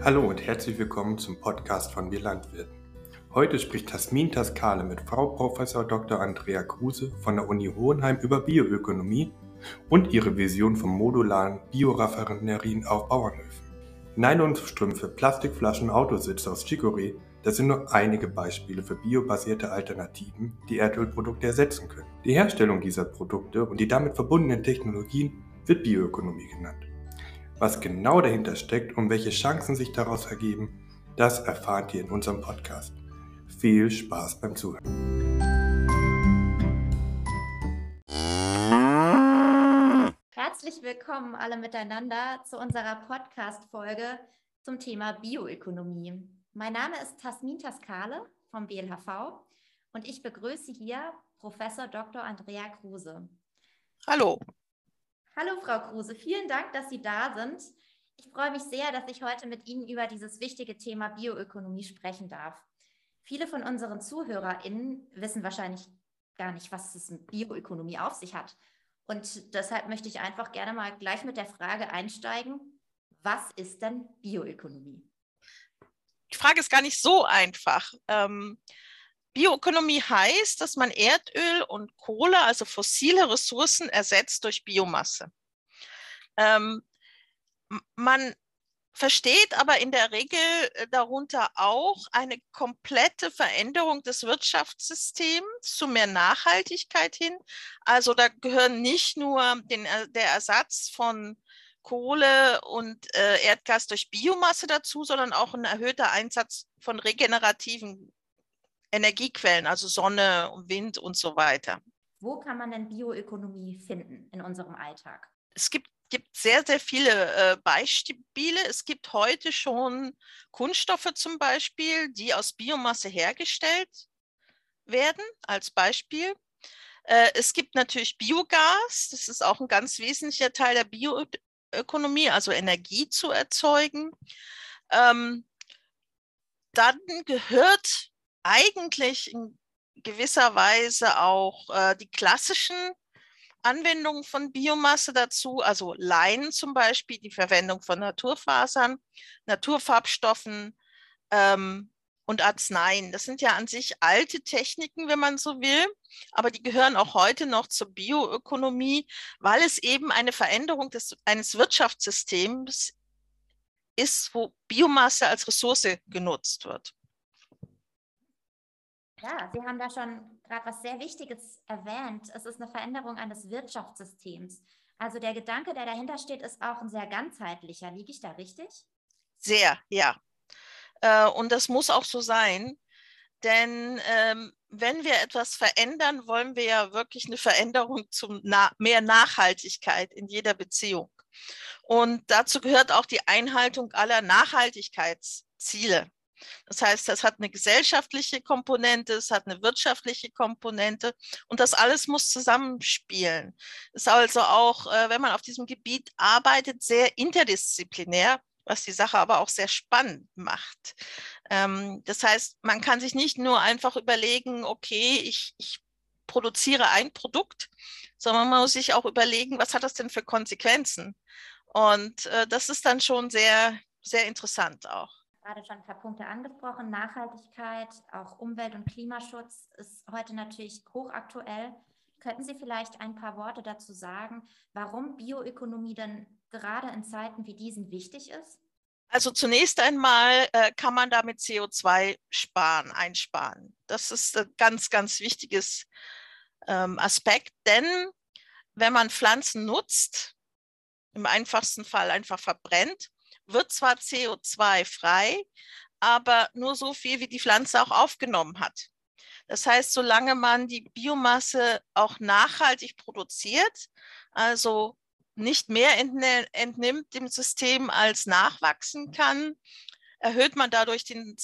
Hallo und herzlich willkommen zum Podcast von Wir Landwirten. Heute spricht Tasmin Taskale mit Frau Prof. Dr. Andrea Kruse von der Uni Hohenheim über Bioökonomie und ihre Vision von modularen Bioraffinerien auf Bauernhöfen. Nylonstrümpfe, Plastikflaschen, Autositze aus Chicorée, das sind nur einige Beispiele für biobasierte Alternativen, die Erdölprodukte ersetzen können. Die Herstellung dieser Produkte und die damit verbundenen Technologien wird Bioökonomie genannt. Was genau dahinter steckt und welche Chancen sich daraus ergeben, das erfahrt ihr in unserem Podcast. Viel Spaß beim Zuhören. Herzlich willkommen alle miteinander zu unserer Podcast-Folge zum Thema Bioökonomie. Mein Name ist Tasmin Taskale vom BLHV und ich begrüße hier Professor Dr. Andrea Kruse. Hallo. Hallo Frau Kruse, vielen Dank, dass Sie da sind. Ich freue mich sehr, dass ich heute mit Ihnen über dieses wichtige Thema Bioökonomie sprechen darf. Viele von unseren ZuhörerInnen wissen wahrscheinlich gar nicht, was es mit Bioökonomie auf sich hat. Und deshalb möchte ich einfach gerne mal gleich mit der Frage einsteigen, was ist denn Bioökonomie? Die Frage ist gar nicht so einfach. Bioökonomie heißt, dass man Erdöl und Kohle, also fossile Ressourcen, ersetzt durch Biomasse. Man versteht aber in der Regel darunter auch eine komplette Veränderung des Wirtschaftssystems zu mehr Nachhaltigkeit hin. Also da gehören nicht nur der Ersatz von Kohle und Erdgas durch Biomasse dazu, sondern auch ein erhöhter Einsatz von regenerativen Energiequellen, also Sonne und Wind und so weiter. Wo kann man denn Bioökonomie finden in unserem Alltag? Es gibt sehr, sehr viele Beispiele. Es gibt heute schon Kunststoffe zum Beispiel, die aus Biomasse hergestellt werden, als Beispiel. Es gibt natürlich Biogas, das ist auch ein ganz wesentlicher Teil der Bioökonomie, also Energie zu erzeugen. Dann gehört eigentlich in gewisser Weise auch die klassischen Anwendungen von Biomasse dazu, also Leinen zum Beispiel, die Verwendung von Naturfasern, Naturfarbstoffen und Arzneien. Das sind ja an sich alte Techniken, wenn man so will, aber die gehören auch heute noch zur Bioökonomie, weil es eben eine Veränderung eines Wirtschaftssystems ist, wo Biomasse als Ressource genutzt wird. Ja, Sie haben da schon gerade was sehr Wichtiges erwähnt. Es ist eine Veränderung eines Wirtschaftssystems. Also der Gedanke, der dahinter steht, ist auch ein sehr ganzheitlicher. Liege ich da richtig? Sehr, ja. Und das muss auch so sein, denn wenn wir etwas verändern, wollen wir ja wirklich eine Veränderung zu mehr Nachhaltigkeit in jeder Beziehung. Und dazu gehört auch die Einhaltung aller Nachhaltigkeitsziele. Das heißt, das hat eine gesellschaftliche Komponente, es hat eine wirtschaftliche Komponente und das alles muss zusammenspielen. Es ist also auch, wenn man auf diesem Gebiet arbeitet, sehr interdisziplinär, was die Sache aber auch sehr spannend macht. Das heißt, man kann sich nicht nur einfach überlegen, okay, ich produziere ein Produkt, sondern man muss sich auch überlegen, was hat das denn für Konsequenzen? Und das ist dann schon sehr, sehr interessant auch. Gerade schon ein paar Punkte angesprochen. Nachhaltigkeit, auch Umwelt- und Klimaschutz ist heute natürlich hochaktuell. Könnten Sie vielleicht ein paar Worte dazu sagen, warum Bioökonomie denn gerade in Zeiten wie diesen wichtig ist? Also zunächst einmal kann man damit CO2 einsparen. Das ist ein ganz, ganz wichtiges Aspekt, denn wenn man Pflanzen nutzt, im einfachsten Fall einfach verbrennt, wird zwar CO2 frei, aber nur so viel, wie die Pflanze auch aufgenommen hat. Das heißt, solange man die Biomasse auch nachhaltig produziert, also nicht mehr entnimmt dem System als nachwachsen kann, erhöht man dadurch den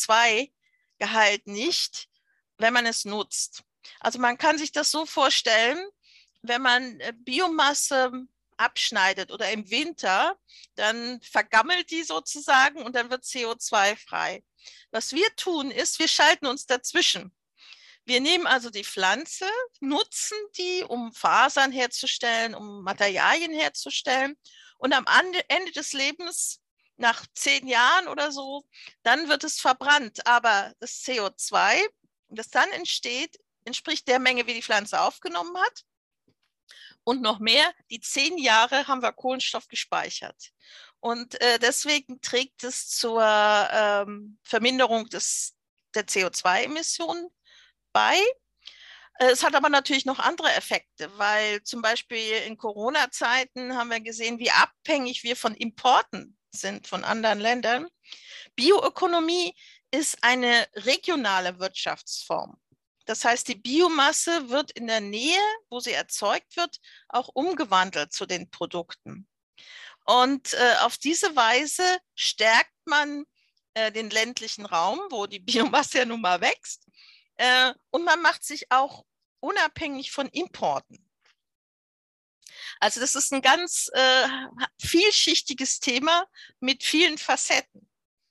CO2-Gehalt nicht, wenn man es nutzt. Also man kann sich das so vorstellen, wenn man Biomasse abschneidet oder im Winter, dann vergammelt die sozusagen und dann wird CO2 frei. Was wir tun ist, wir schalten uns dazwischen. Wir nehmen also die Pflanze, nutzen die, um Fasern herzustellen, um Materialien herzustellen und am Ende des Lebens nach 10 Jahren oder so, dann wird es verbrannt. Aber das CO2, das dann entsteht, entspricht der Menge, wie die Pflanze aufgenommen hat. Und noch mehr, die 10 Jahre haben wir Kohlenstoff gespeichert. Und deswegen trägt es zur Verminderung der CO2-Emissionen bei. Es hat aber natürlich noch andere Effekte, weil zum Beispiel in Corona-Zeiten haben wir gesehen, wie abhängig wir von Importen sind von anderen Ländern. Bioökonomie ist eine regionale Wirtschaftsform. Das heißt, die Biomasse wird in der Nähe, wo sie erzeugt wird, auch umgewandelt zu den Produkten. Und auf diese Weise stärkt man den ländlichen Raum, wo die Biomasse ja nun mal wächst. Und man macht sich auch unabhängig von Importen. Also das ist ein ganz vielschichtiges Thema mit vielen Facetten.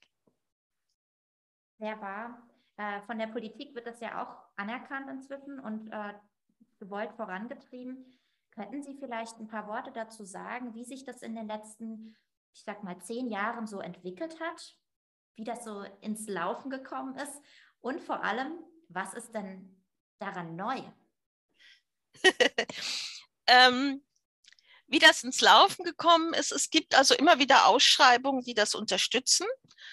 Sehr wahr. Von der Politik wird das ja auch anerkannt inzwischen und gewollt vorangetrieben. Könnten Sie vielleicht ein paar Worte dazu sagen, wie sich das in den letzten, ich sag mal, 10 Jahren so entwickelt hat, wie das so ins Laufen gekommen ist und vor allem, was ist denn daran neu? Wie das ins Laufen gekommen ist, es gibt also immer wieder Ausschreibungen, die das unterstützen.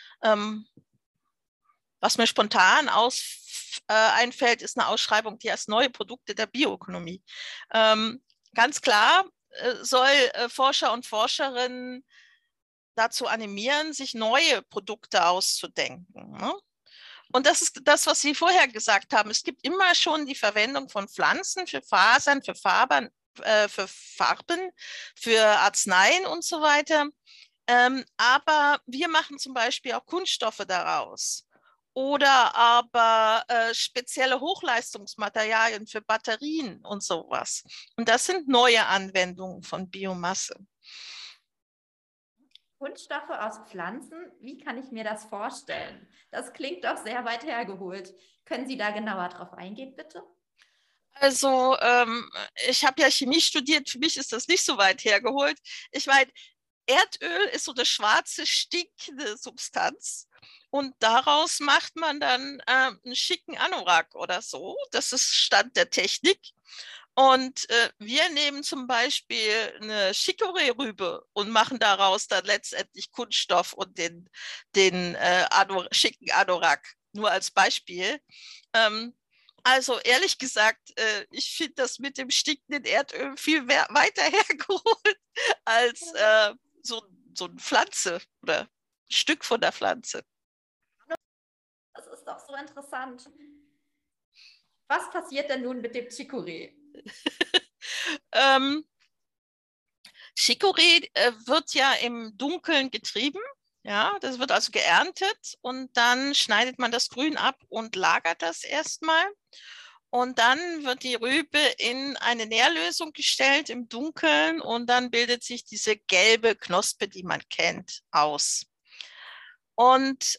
Was mir spontan einfällt, ist eine Ausschreibung, die heißt Neue Produkte der Bioökonomie. Ganz klar soll Forscher und Forscherinnen dazu animieren, sich neue Produkte auszudenken. Ne? Und das ist das, was Sie vorher gesagt haben. Es gibt immer schon die Verwendung von Pflanzen für Fasern, für Farben, für Arzneien und so weiter. Aber wir machen zum Beispiel auch Kunststoffe daraus. Oder aber spezielle Hochleistungsmaterialien für Batterien und sowas. Und das sind neue Anwendungen von Biomasse. Kunststoffe aus Pflanzen, wie kann ich mir das vorstellen? Das klingt doch sehr weit hergeholt. Können Sie da genauer drauf eingehen, bitte? Also ich habe ja Chemie studiert, für mich ist das nicht so weit hergeholt. Ich meine, Erdöl ist so eine schwarze, stinkende Substanz und daraus macht man dann einen schicken Anorak oder so. Das ist Stand der Technik. Und wir nehmen zum Beispiel eine Chicorée-Rübe und machen daraus dann letztendlich Kunststoff und den schicken Anorak, nur als Beispiel. Also ehrlich gesagt, ich finde das mit dem stinkenden Erdöl viel weiter hergeholt als so eine Pflanze oder ein Stück von der Pflanze. Das ist doch so interessant. Was passiert denn nun mit dem Chicorée? Chicorée wird ja im Dunkeln getrieben. Ja, das wird also geerntet und dann schneidet man das Grün ab und lagert das erstmal. Und dann wird die Rübe in eine Nährlösung gestellt im Dunkeln und dann bildet sich diese gelbe Knospe, die man kennt, aus. Und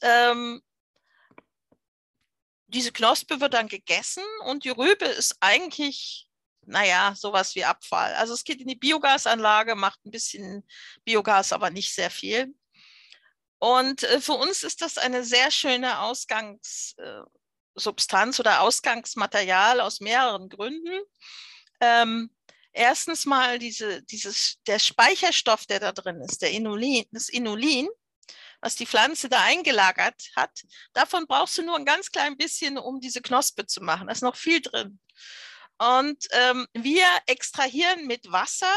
diese Knospe wird dann gegessen und die Rübe ist eigentlich, naja, sowas wie Abfall. Also es geht in die Biogasanlage, macht ein bisschen Biogas, aber nicht sehr viel. Und für uns ist das eine sehr schöne Ausgangssubstanz oder Ausgangsmaterial aus mehreren Gründen. Erstens mal der Speicherstoff, der da drin ist, das Inulin, was die Pflanze da eingelagert hat, davon brauchst du nur ein ganz klein bisschen, um diese Knospe zu machen. Da ist noch viel drin. Und wir extrahieren mit Wasser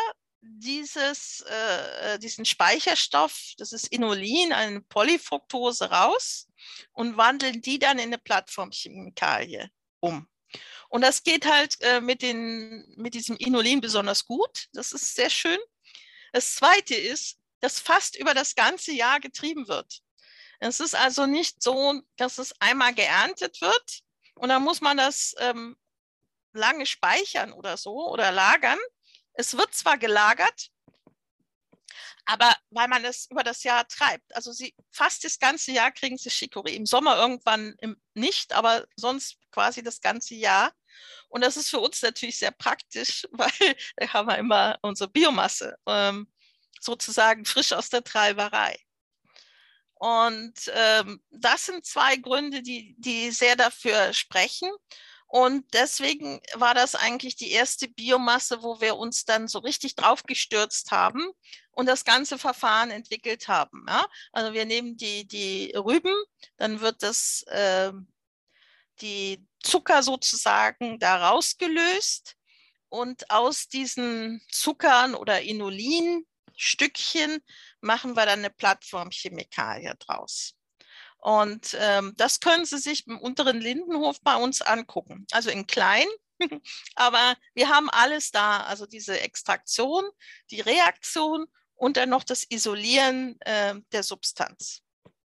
diesen Speicherstoff, das ist Inulin, eine Polyfructose raus und wandeln die dann in eine Plattformchemikalie um. Und das geht halt mit diesem Inulin besonders gut. Das ist sehr schön. Das Zweite ist, dass fast über das ganze Jahr getrieben wird. Es ist also nicht so, dass es einmal geerntet wird und dann muss man das lange speichern oder so oder lagern. Es wird zwar gelagert, aber weil man es über das Jahr treibt. Also fast das ganze Jahr kriegen sie Chicorée. Im Sommer irgendwann nicht, aber sonst quasi das ganze Jahr. Und das ist für uns natürlich sehr praktisch, weil da haben wir immer unsere Biomasse sozusagen frisch aus der Treiberei. Und das sind zwei Gründe, die sehr dafür sprechen. Und deswegen war das eigentlich die erste Biomasse, wo wir uns dann so richtig drauf gestürzt haben und das ganze Verfahren entwickelt haben. Ja? Also wir nehmen die Rüben, dann wird die Zucker sozusagen da rausgelöst und aus diesen Zuckern oder Inulinstückchen machen wir dann eine Plattformchemikalie draus. Und das können Sie sich im unteren Lindenhof bei uns angucken. Also in klein, aber wir haben alles da. Also diese Extraktion, die Reaktion und dann noch das Isolieren der Substanz.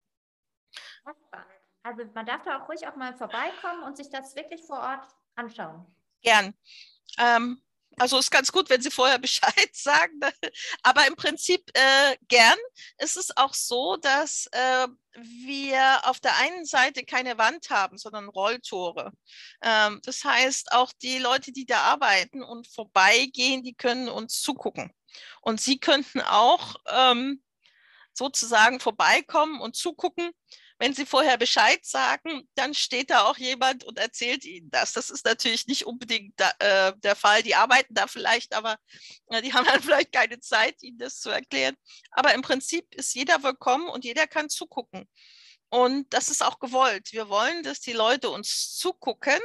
Also man darf da auch ruhig auch mal vorbeikommen und sich das wirklich vor Ort anschauen. Gern. Also ist ganz gut, wenn Sie vorher Bescheid sagen, aber im Prinzip gern. Es ist auch so, dass wir auf der einen Seite keine Wand haben, sondern Rolltore. Das heißt, auch die Leute, die da arbeiten und vorbeigehen, die können uns zugucken. Und Sie könnten auch sozusagen vorbeikommen und zugucken. Wenn Sie vorher Bescheid sagen, dann steht da auch jemand und erzählt Ihnen das. Das ist natürlich nicht unbedingt der Fall. Die arbeiten da vielleicht, aber die haben dann vielleicht keine Zeit, Ihnen das zu erklären. Aber im Prinzip ist jeder willkommen und jeder kann zugucken. Und das ist auch gewollt. Wir wollen, dass die Leute uns zugucken,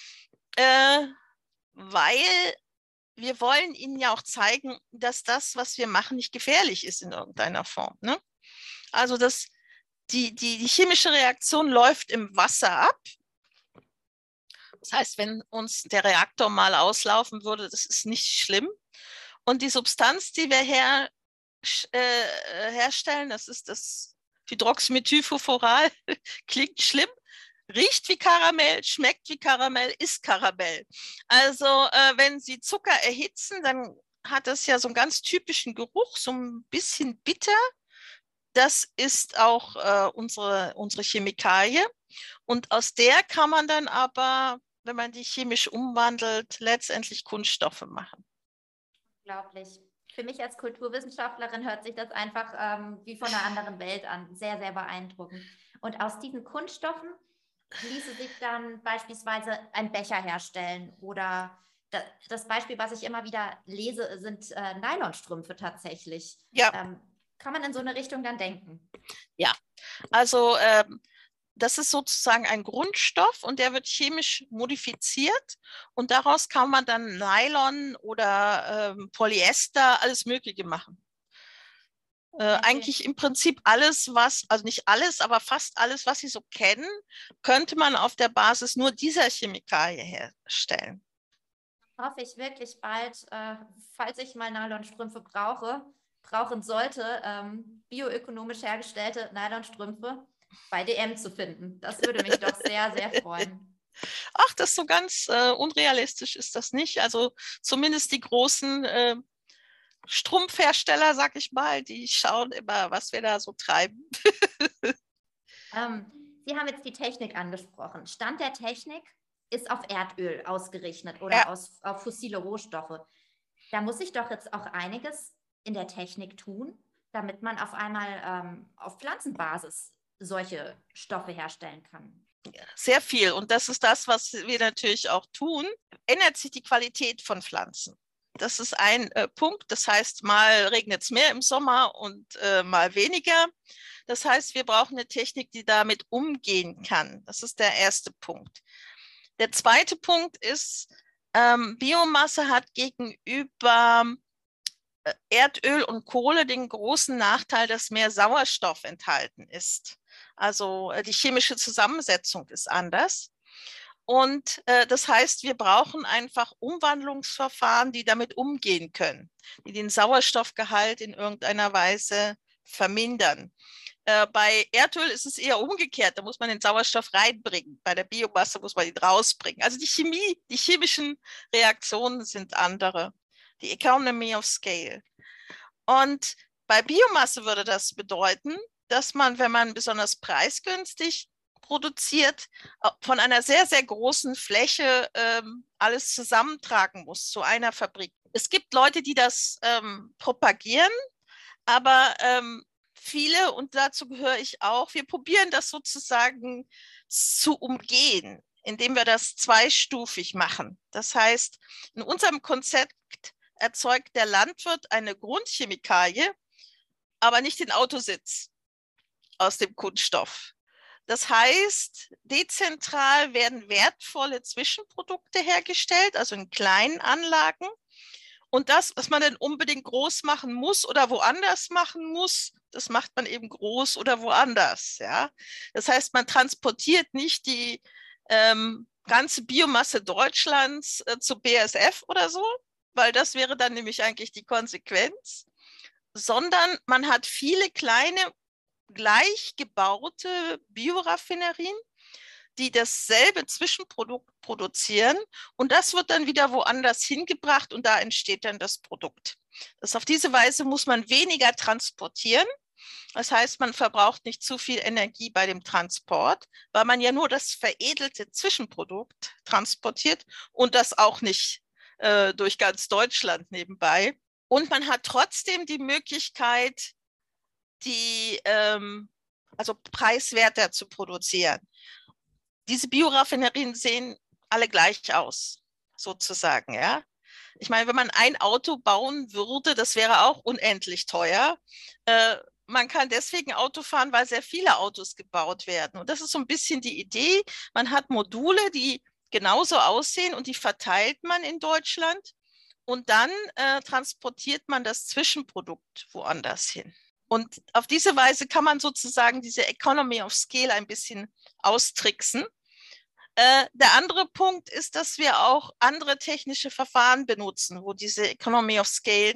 weil wir wollen ihnen ja auch zeigen, dass das, was wir machen, nicht gefährlich ist in irgendeiner Form. Ne? Also die chemische Reaktion läuft im Wasser ab. Das heißt, wenn uns der Reaktor mal auslaufen würde, das ist nicht schlimm. Und die Substanz, die wir herstellen, das ist das Hydroxymethylfurfural, klingt schlimm, riecht wie Karamell, schmeckt wie Karamell, ist Karamell. Also wenn Sie Zucker erhitzen, dann hat das ja so einen ganz typischen Geruch, so ein bisschen bitter. Das ist auch unsere Chemikalie. Und aus der kann man dann aber, wenn man die chemisch umwandelt, letztendlich Kunststoffe machen. Unglaublich. Für mich als Kulturwissenschaftlerin hört sich das einfach wie von einer anderen Welt an. Sehr, sehr beeindruckend. Und aus diesen Kunststoffen ließe sich dann beispielsweise ein Becher herstellen oder das Beispiel, was ich immer wieder lese, sind Nylonstrümpfe tatsächlich. Ja. Kann man in so eine Richtung dann denken? Ja, also das ist sozusagen ein Grundstoff und der wird chemisch modifiziert und daraus kann man dann Nylon oder Polyester, alles Mögliche machen. Eigentlich im Prinzip alles, also nicht alles, aber fast alles, was Sie so kennen, könnte man auf der Basis nur dieser Chemikalie herstellen. Hoffe ich wirklich bald, falls ich mal Nylonstrümpfe brauchen sollte, bioökonomisch hergestellte Nylonstrümpfe bei DM zu finden. Das würde mich doch sehr, sehr freuen. Ach, das ist so ganz unrealistisch ist das nicht. Also zumindest die großen Strumpfhersteller, sag ich mal, die schauen immer, was wir da so treiben. Sie haben jetzt die Technik angesprochen. Stand der Technik ist auf Erdöl ausgerichtet oder auf fossile Rohstoffe. Da muss ich doch jetzt auch einiges in der Technik tun, damit man auf einmal auf Pflanzenbasis solche Stoffe herstellen kann. Sehr viel. Und das ist das, was wir natürlich auch tun. Ändert sich die Qualität von Pflanzen. Das ist ein Punkt. Das heißt, mal regnet es mehr im Sommer und mal weniger. Das heißt, wir brauchen eine Technik, die damit umgehen kann. Das ist der erste Punkt. Der zweite Punkt ist, Biomasse hat gegenüber Erdöl und Kohle den großen Nachteil, dass mehr Sauerstoff enthalten ist. Also die chemische Zusammensetzung ist anders. Und das heißt, wir brauchen einfach Umwandlungsverfahren, die damit umgehen können, die den Sauerstoffgehalt in irgendeiner Weise vermindern. Bei Erdöl ist es eher umgekehrt, da muss man den Sauerstoff reinbringen. Bei der Biomasse muss man ihn rausbringen. Also die chemischen Reaktionen sind andere. Die Economy of Scale. Und bei Biomasse würde das bedeuten, dass man, wenn man besonders preisgünstig produziert, von einer sehr, sehr großen Fläche alles zusammentragen muss zu einer Fabrik. Es gibt Leute, die das propagieren, aber viele, und dazu gehöre ich auch, wir probieren das sozusagen zu umgehen, indem wir das zweistufig machen. Das heißt, in unserem Konzept erzeugt der Landwirt eine Grundchemikalie, aber nicht den Autositz aus dem Kunststoff. Das heißt, dezentral werden wertvolle Zwischenprodukte hergestellt, also in kleinen Anlagen. Und das, was man dann unbedingt groß machen muss oder woanders machen muss, das macht man eben groß oder woanders. Ja? Das heißt, man transportiert nicht die ganze Biomasse Deutschlands zu BASF oder so, weil das wäre dann nämlich eigentlich die Konsequenz, sondern man hat viele kleine, gleich gebaute Bioraffinerien, die dasselbe Zwischenprodukt produzieren, und das wird dann wieder woanders hingebracht und da entsteht dann das Produkt. Auf diese Weise muss man weniger transportieren. Das heißt, man verbraucht nicht zu viel Energie bei dem Transport, weil man ja nur das veredelte Zwischenprodukt transportiert und das auch nicht durch ganz Deutschland nebenbei. Und man hat trotzdem die Möglichkeit, also preiswerter zu produzieren. Diese Bioraffinerien sehen alle gleich aus, sozusagen. Ja? Ich meine, wenn man ein Auto bauen würde, das wäre auch unendlich teuer. Man kann deswegen Auto fahren, weil sehr viele Autos gebaut werden. Und das ist so ein bisschen die Idee. Man hat Module, die genauso aussehen, und die verteilt man in Deutschland. Und dann transportiert man das Zwischenprodukt woanders hin. Und auf diese Weise kann man sozusagen diese Economy of Scale ein bisschen austricksen. Der andere Punkt ist, dass wir auch andere technische Verfahren benutzen, wo diese Economy of Scale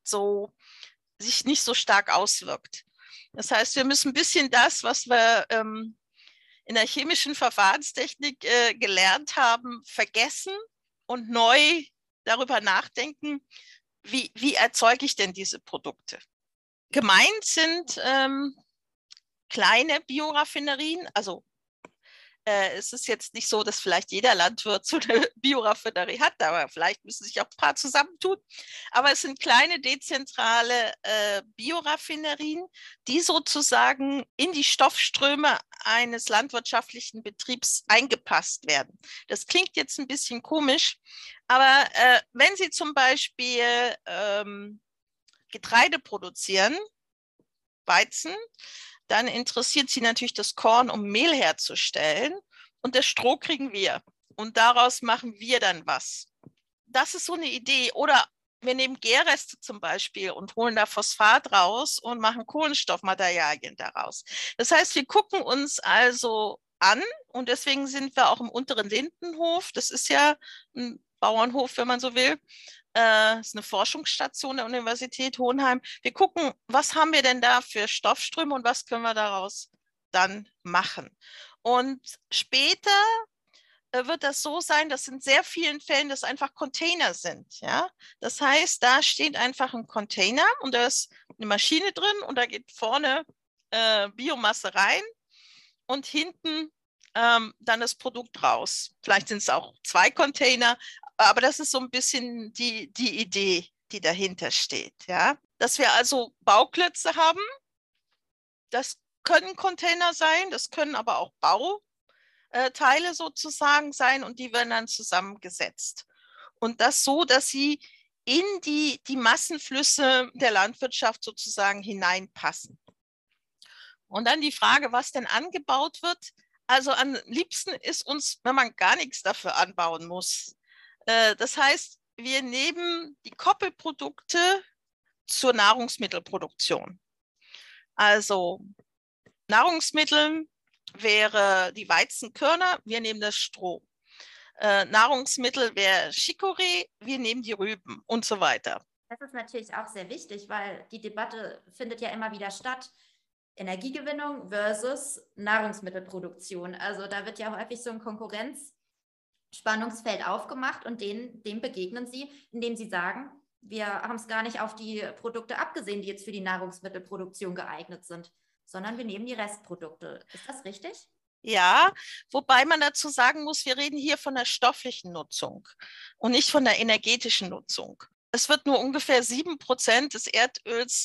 sich nicht so stark auswirkt. Das heißt, wir müssen ein bisschen das, was wir in der chemischen Verfahrenstechnik gelernt haben, vergessen und neu darüber nachdenken, wie erzeuge ich denn diese Produkte. Gemeint sind kleine Bioraffinerien, also es ist jetzt nicht so, dass vielleicht jeder Landwirt so eine Bioraffinerie hat, aber vielleicht müssen sich auch ein paar zusammentun. Aber es sind kleine dezentrale Bioraffinerien, die sozusagen in die Stoffströme eines landwirtschaftlichen Betriebs eingepasst werden. Das klingt jetzt ein bisschen komisch, aber wenn Sie zum Beispiel Getreide produzieren, Weizen, dann interessiert Sie natürlich das Korn, um Mehl herzustellen, und das Stroh kriegen wir. Und daraus machen wir dann was. Das ist so eine Idee. Oder wir nehmen Gärreste zum Beispiel und holen da Phosphat raus und machen Kohlenstoffmaterialien daraus. Das heißt, wir gucken uns also an, und deswegen sind wir auch im unteren Lindenhof. Das ist ja ein Bauernhof, wenn man so will. Das ist eine Forschungsstation der Universität Hohenheim. Wir gucken, was haben wir denn da für Stoffströme und was können wir daraus dann machen. Und später wird das so sein, dass in sehr vielen Fällen das einfach Container sind. Ja? Das heißt, da steht einfach ein Container und da ist eine Maschine drin und da geht vorne Biomasse rein und hinten dann das Produkt raus. Vielleicht sind es auch 2 Container, aber das ist so ein bisschen die Idee, die dahinter steht. Ja? Dass wir also Bauklötze haben, das können Container sein, das können aber auch Bauteile sozusagen sein, und die werden dann zusammengesetzt. Und das so, dass sie in die Massenflüsse der Landwirtschaft sozusagen hineinpassen. Und dann die Frage, was denn angebaut wird. Also am liebsten ist uns, wenn man gar nichts dafür anbauen muss. Das heißt, wir nehmen die Koppelprodukte zur Nahrungsmittelproduktion. Also Nahrungsmittel wäre die Weizenkörner, wir nehmen das Stroh. Nahrungsmittel wäre Chicorée, wir nehmen die Rüben und so weiter. Das ist natürlich auch sehr wichtig, weil die Debatte findet ja immer wieder statt. Energiegewinnung versus Nahrungsmittelproduktion. Also da wird ja häufig so ein Konkurrenzspannungsfeld aufgemacht, und dem begegnen Sie, indem Sie sagen, wir haben es gar nicht auf die Produkte abgesehen, die jetzt für die Nahrungsmittelproduktion geeignet sind, sondern wir nehmen die Restprodukte. Ist das richtig? Ja, wobei man dazu sagen muss, wir reden hier von der stofflichen Nutzung und nicht von der energetischen Nutzung. Es wird nur ungefähr 7% des Erdöls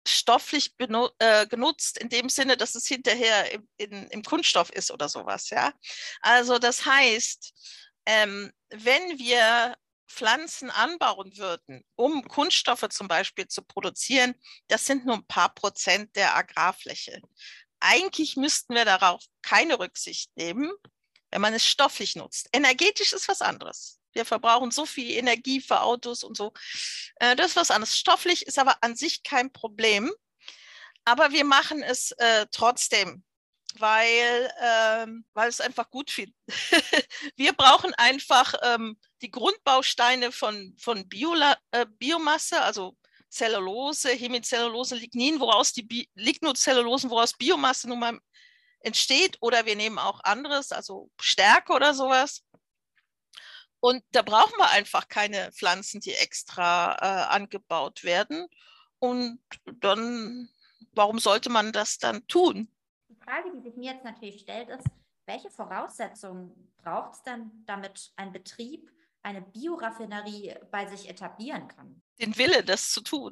stofflich genutzt, in dem Sinne, dass es hinterher im Kunststoff ist oder sowas. Ja? Also das heißt, wenn wir Pflanzen anbauen würden, um Kunststoffe zum Beispiel zu produzieren, das sind nur ein paar Prozent der Agrarfläche. Eigentlich müssten wir darauf keine Rücksicht nehmen, wenn man es stofflich nutzt. Energetisch ist was anderes. Wir verbrauchen so viel Energie für Autos und so. Das ist was anderes. Stofflich ist aber an sich kein Problem. Aber wir machen es trotzdem, weil es einfach gut finden. Wir brauchen einfach die Grundbausteine von Biomasse, also Zellulose, Hemicellulose, Lignin, Lignozellulosen, woraus Biomasse nun mal entsteht. Oder wir nehmen auch anderes, also Stärke oder sowas. Und da brauchen wir einfach keine Pflanzen, die extra angebaut werden. Und dann, warum sollte man das dann tun? Die Frage, die sich mir jetzt natürlich stellt, ist, welche Voraussetzungen braucht es denn, damit ein Betrieb eine Bioraffinerie bei sich etablieren kann? Den Wille, das zu tun.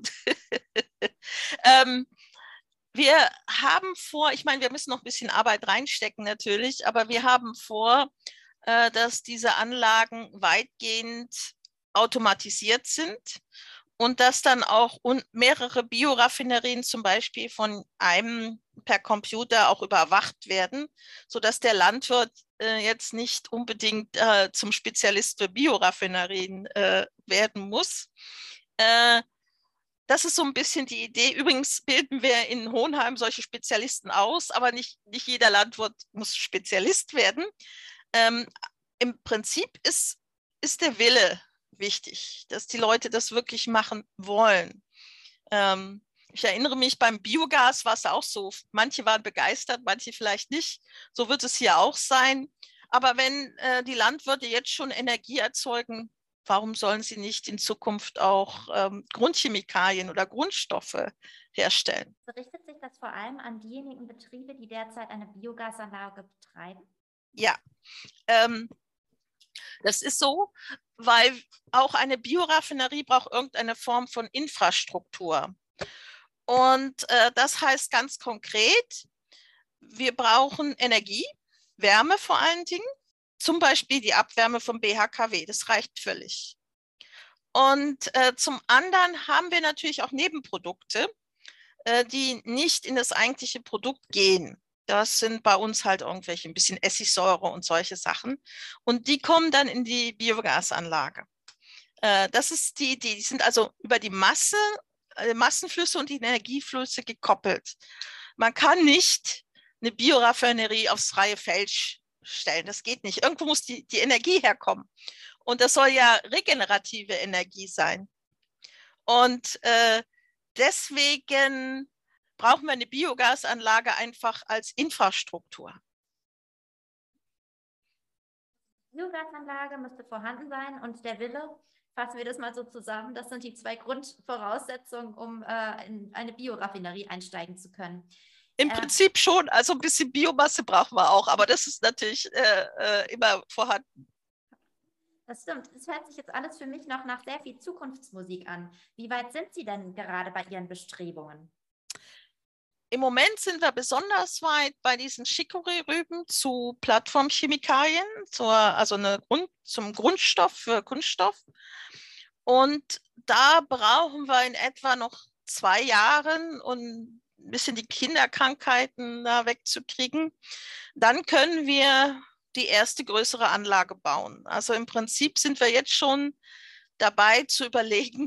Wir haben vor, ich meine, wir müssen noch ein bisschen Arbeit reinstecken natürlich, aber wir haben vor, dass diese Anlagen weitgehend automatisiert sind und dass dann auch mehrere Bioraffinerien zum Beispiel von einem per Computer auch überwacht werden, sodass der Landwirt jetzt nicht unbedingt zum Spezialist für Bioraffinerien werden muss. Das ist so ein bisschen die Idee. Übrigens bilden wir in Hohenheim solche Spezialisten aus, aber nicht jeder Landwirt muss Spezialist werden. Im Prinzip ist der Wille wichtig, dass die Leute das wirklich machen wollen. Ich erinnere mich, beim Biogas war es auch so. Manche waren begeistert, manche vielleicht nicht. So wird es hier auch sein. Aber wenn die Landwirte jetzt schon Energie erzeugen, warum sollen sie nicht in Zukunft auch Grundchemikalien oder Grundstoffe herstellen? Richtet sich das vor allem an diejenigen Betriebe, die derzeit eine Biogasanlage betreiben? Ja, das ist so, weil auch eine Bioraffinerie braucht irgendeine Form von Infrastruktur. Und das heißt ganz konkret, wir brauchen Energie, Wärme vor allen Dingen, zum Beispiel die Abwärme vom BHKW, das reicht völlig. Und zum anderen haben wir natürlich auch Nebenprodukte, die nicht in das eigentliche Produkt gehen. Das sind bei uns halt irgendwelche, ein bisschen Essigsäure und solche Sachen. Und die kommen dann in die Biogasanlage. Das ist die Idee. Die sind also über die Massenflüsse und die Energieflüsse gekoppelt. Man kann nicht eine Bioraffinerie aufs freie Feld stellen. Das geht nicht. Irgendwo muss die Energie herkommen. Und das soll ja regenerative Energie sein. Und deswegen brauchen wir eine Biogasanlage einfach als Infrastruktur. Biogasanlage müsste vorhanden sein und der Wille, fassen wir das mal so zusammen, das sind die zwei Grundvoraussetzungen, um in eine Bioraffinerie einsteigen zu können. Im Prinzip schon, also ein bisschen Biomasse brauchen wir auch, aber das ist natürlich immer vorhanden. Das stimmt. Es hört sich jetzt alles für mich noch nach sehr viel Zukunftsmusik an. Wie weit sind Sie denn gerade bei Ihren Bestrebungen? Im Moment sind wir besonders weit bei diesen Chicorée-Rüben zu Plattformchemikalien, zum Grundstoff für Kunststoff. Und da brauchen wir in etwa noch 2 Jahre, um ein bisschen die Kinderkrankheiten da wegzukriegen. Dann können wir die erste größere Anlage bauen. Also im Prinzip sind wir jetzt schon dabei zu überlegen,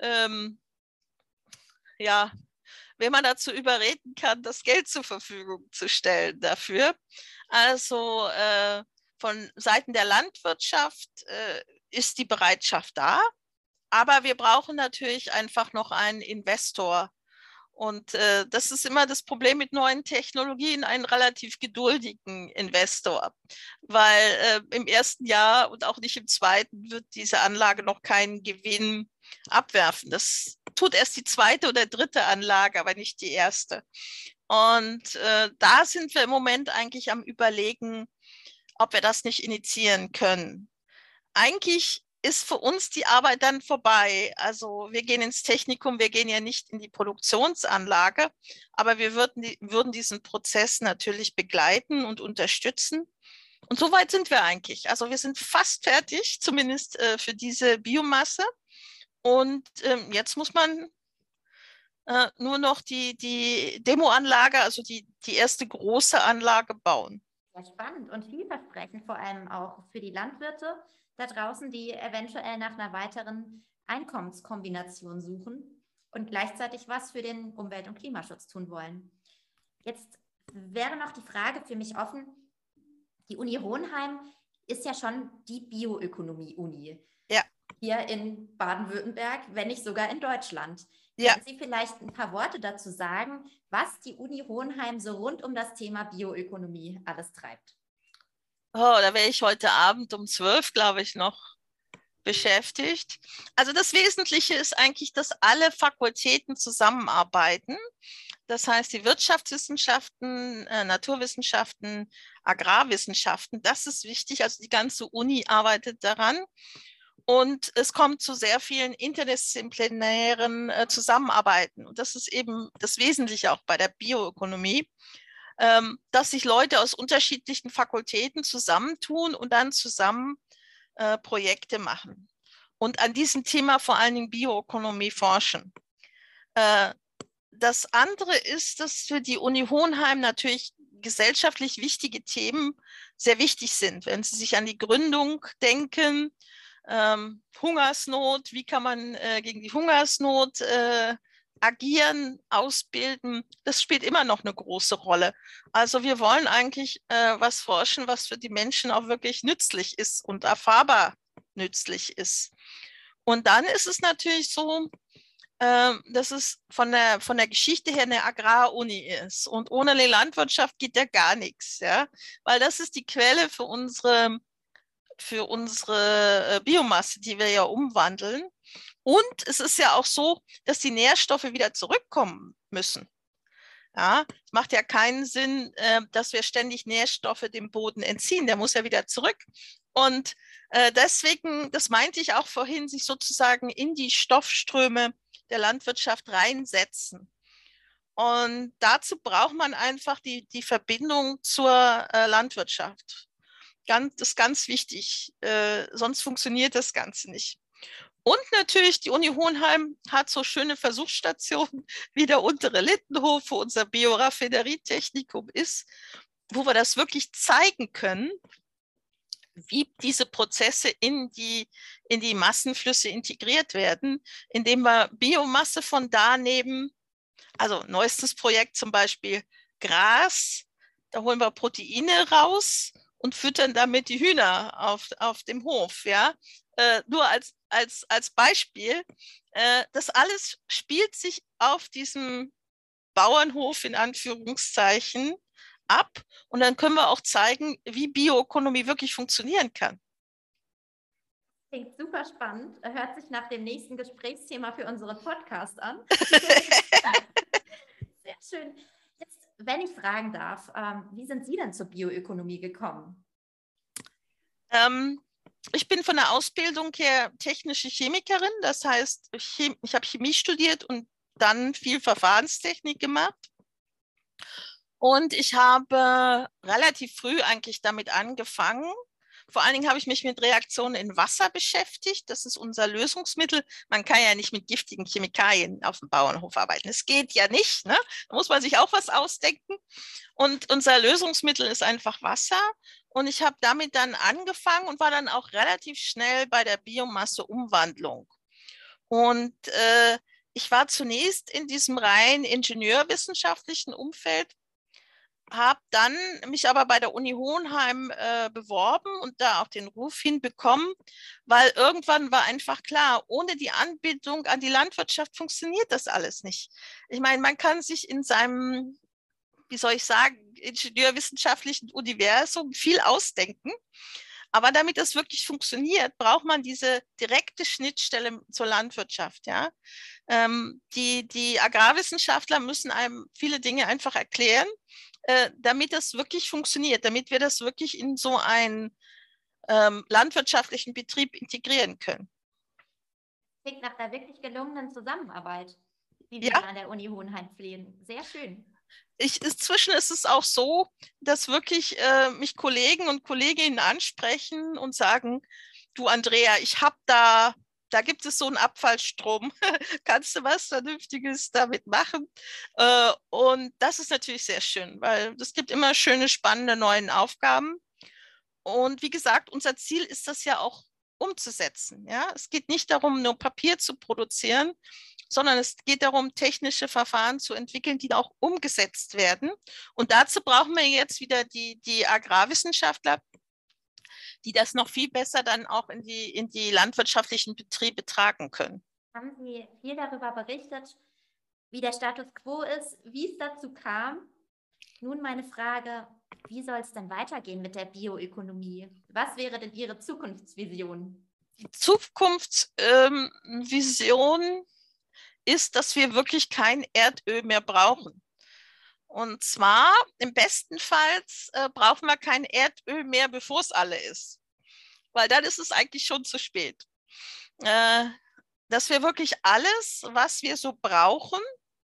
wenn man dazu überreden kann, das Geld zur Verfügung zu stellen dafür. Also von Seiten der Landwirtschaft ist die Bereitschaft da, aber wir brauchen natürlich einfach noch einen Investor. Und das ist immer das Problem mit neuen Technologien, einen relativ geduldigen Investor, weil im ersten Jahr und auch nicht im zweiten wird diese Anlage noch keinen Gewinn abwerfen. Das tut erst die zweite oder dritte Anlage, aber nicht die erste. Und da sind wir im Moment eigentlich am Überlegen, ob wir das nicht initiieren können. Eigentlich ist für uns die Arbeit dann vorbei. Also wir gehen ins Technikum, wir gehen ja nicht in die Produktionsanlage, aber wir würden diesen Prozess natürlich begleiten und unterstützen. Und so weit sind wir eigentlich. Also wir sind fast fertig, zumindest für diese Biomasse. Und jetzt muss man nur noch die Demoanlage, also die erste große Anlage bauen. Ja, spannend und vielversprechend, vor allem auch für die Landwirte da draußen, die eventuell nach einer weiteren Einkommenskombination suchen und gleichzeitig was für den Umwelt- und Klimaschutz tun wollen. Jetzt wäre noch die Frage für mich offen, die Uni Hohenheim ist ja schon die Bioökonomie-Uni. Ja. Hier in Baden-Württemberg, wenn nicht sogar in Deutschland. Ja. Können Sie vielleicht ein paar Worte dazu sagen, was die Uni Hohenheim so rund um das Thema Bioökonomie alles treibt? Oh, da wäre ich heute Abend um 12, glaube ich, noch beschäftigt. Also das Wesentliche ist eigentlich, dass alle Fakultäten zusammenarbeiten. Das heißt, die Wirtschaftswissenschaften, Naturwissenschaften, Agrarwissenschaften, das ist wichtig. Also die ganze Uni arbeitet daran. Und es kommt zu sehr vielen interdisziplinären Zusammenarbeiten. Und das ist eben das Wesentliche auch bei der Bioökonomie, dass sich Leute aus unterschiedlichen Fakultäten zusammentun und dann zusammen Projekte machen. Und an diesem Thema vor allen Dingen Bioökonomie forschen. Das andere ist, dass für die Uni Hohenheim natürlich gesellschaftlich wichtige Themen sehr wichtig sind. Wenn Sie sich an die Gründung denken, Hungersnot, wie kann man gegen die Hungersnot agieren, ausbilden, das spielt immer noch eine große Rolle. Also wir wollen eigentlich was forschen, was für die Menschen auch wirklich nützlich ist und erfahrbar nützlich ist. Und dann ist es natürlich so, dass es von der Geschichte her eine Agraruni ist. Und ohne die Landwirtschaft geht ja gar nichts, ja? Weil das ist die Quelle für unsere Biomasse, die wir ja umwandeln. Und es ist ja auch so, dass die Nährstoffe wieder zurückkommen müssen. Ja, es macht ja keinen Sinn, dass wir ständig Nährstoffe dem Boden entziehen. Der muss ja wieder zurück. Und deswegen, das meinte ich auch vorhin, sich sozusagen in die Stoffströme der Landwirtschaft reinsetzen. Und dazu braucht man einfach die Verbindung zur Landwirtschaft. Das ist ganz wichtig, sonst funktioniert das Ganze nicht. Und natürlich, die Uni Hohenheim hat so schöne Versuchsstationen wie der Untere Lindenhof, wo unser Bioraffinerietechnikum ist, wo wir das wirklich zeigen können, wie diese Prozesse in die Massenflüsse integriert werden, indem wir Biomasse von da nehmen, also neuestes Projekt zum Beispiel Gras, da holen wir Proteine raus und füttern damit die Hühner auf dem Hof, ja. Nur als Beispiel, das alles spielt sich auf diesem Bauernhof in Anführungszeichen ab und dann können wir auch zeigen, wie Bioökonomie wirklich funktionieren kann. Klingt super spannend, hört sich nach dem nächsten Gesprächsthema für unseren Podcast an. Sehr schön. Jetzt, wenn ich fragen darf, wie sind Sie denn zur Bioökonomie gekommen? Ich bin von der Ausbildung her technische Chemikerin, das heißt, ich habe Chemie studiert und dann viel Verfahrenstechnik gemacht. Und ich habe relativ früh eigentlich damit angefangen. Vor allen Dingen habe ich mich mit Reaktionen in Wasser beschäftigt. Das ist unser Lösungsmittel. Man kann ja nicht mit giftigen Chemikalien auf dem Bauernhof arbeiten. Es geht ja nicht, ne? Da muss man sich auch was ausdenken. Und unser Lösungsmittel ist einfach Wasser. Und ich habe damit dann angefangen und war dann auch relativ schnell bei der Biomasseumwandlung. Und ich war zunächst in diesem rein ingenieurwissenschaftlichen Umfeld, habe dann mich aber bei der Uni Hohenheim beworben und da auch den Ruf hinbekommen, weil irgendwann war einfach klar, ohne die Anbindung an die Landwirtschaft funktioniert das alles nicht. Ich meine, man kann sich in seinem, wie soll ich sagen, ingenieurwissenschaftlichen Universum viel ausdenken, aber damit das wirklich funktioniert, braucht man diese direkte Schnittstelle zur Landwirtschaft. Ja? Die Agrarwissenschaftler müssen einem viele Dinge einfach erklären, damit das wirklich funktioniert, damit wir das wirklich in so ein landwirtschaftlichen Betrieb integrieren können. Klingt nach einer wirklich gelungenen Zusammenarbeit, wie wir Ja. an der Uni Hohenheim pflegen. Sehr schön. Inzwischen ist es auch so, dass wirklich mich Kollegen und Kolleginnen ansprechen und sagen, du Andrea, ich habe da gibt es so einen Abfallstrom, kannst du was Vernünftiges damit machen? Und das ist natürlich sehr schön, weil es gibt immer schöne, spannende neue Aufgaben. Und wie gesagt, unser Ziel ist das ja auch umzusetzen. Ja? Es geht nicht darum, nur Papier zu produzieren, sondern es geht darum, technische Verfahren zu entwickeln, die auch umgesetzt werden. Und dazu brauchen wir jetzt wieder die Agrarwissenschaftler, die das noch viel besser dann auch in die landwirtschaftlichen Betriebe tragen können. Haben Sie viel darüber berichtet, wie der Status quo ist, wie es dazu kam? Nun meine Frage, wie soll es denn weitergehen mit der Bioökonomie? Was wäre denn Ihre Zukunftsvision? Die Zukunftsvision ist, dass wir wirklich kein Erdöl mehr brauchen. Und zwar im besten Fall brauchen wir kein Erdöl mehr, bevor es alle ist. Weil dann ist es eigentlich schon zu spät. Dass wir wirklich alles, was wir so brauchen,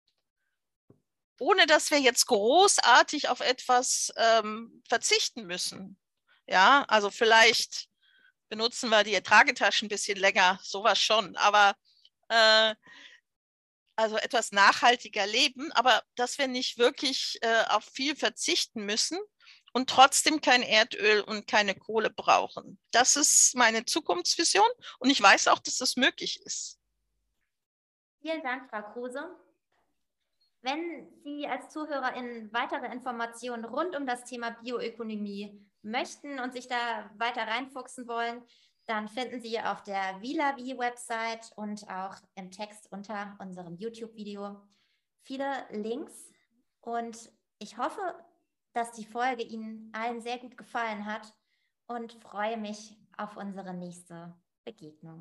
ohne dass wir jetzt großartig auf etwas verzichten müssen. Ja, also vielleicht benutzen wir die Tragetaschen ein bisschen länger, sowas schon, aber also etwas nachhaltiger leben, aber dass wir nicht wirklich auf viel verzichten müssen und trotzdem kein Erdöl und keine Kohle brauchen. Das ist meine Zukunftsvision und ich weiß auch, dass das möglich ist. Vielen Dank, Frau Kruse. Wenn Sie als ZuhörerInnen weitere Informationen rund um das Thema Bioökonomie möchten und sich da weiter reinfuchsen wollen, dann finden Sie auf der Vilavi-Website und auch im Text unter unserem YouTube-Video viele Links. Und ich hoffe, dass die Folge Ihnen allen sehr gut gefallen hat und freue mich auf unsere nächste Begegnung.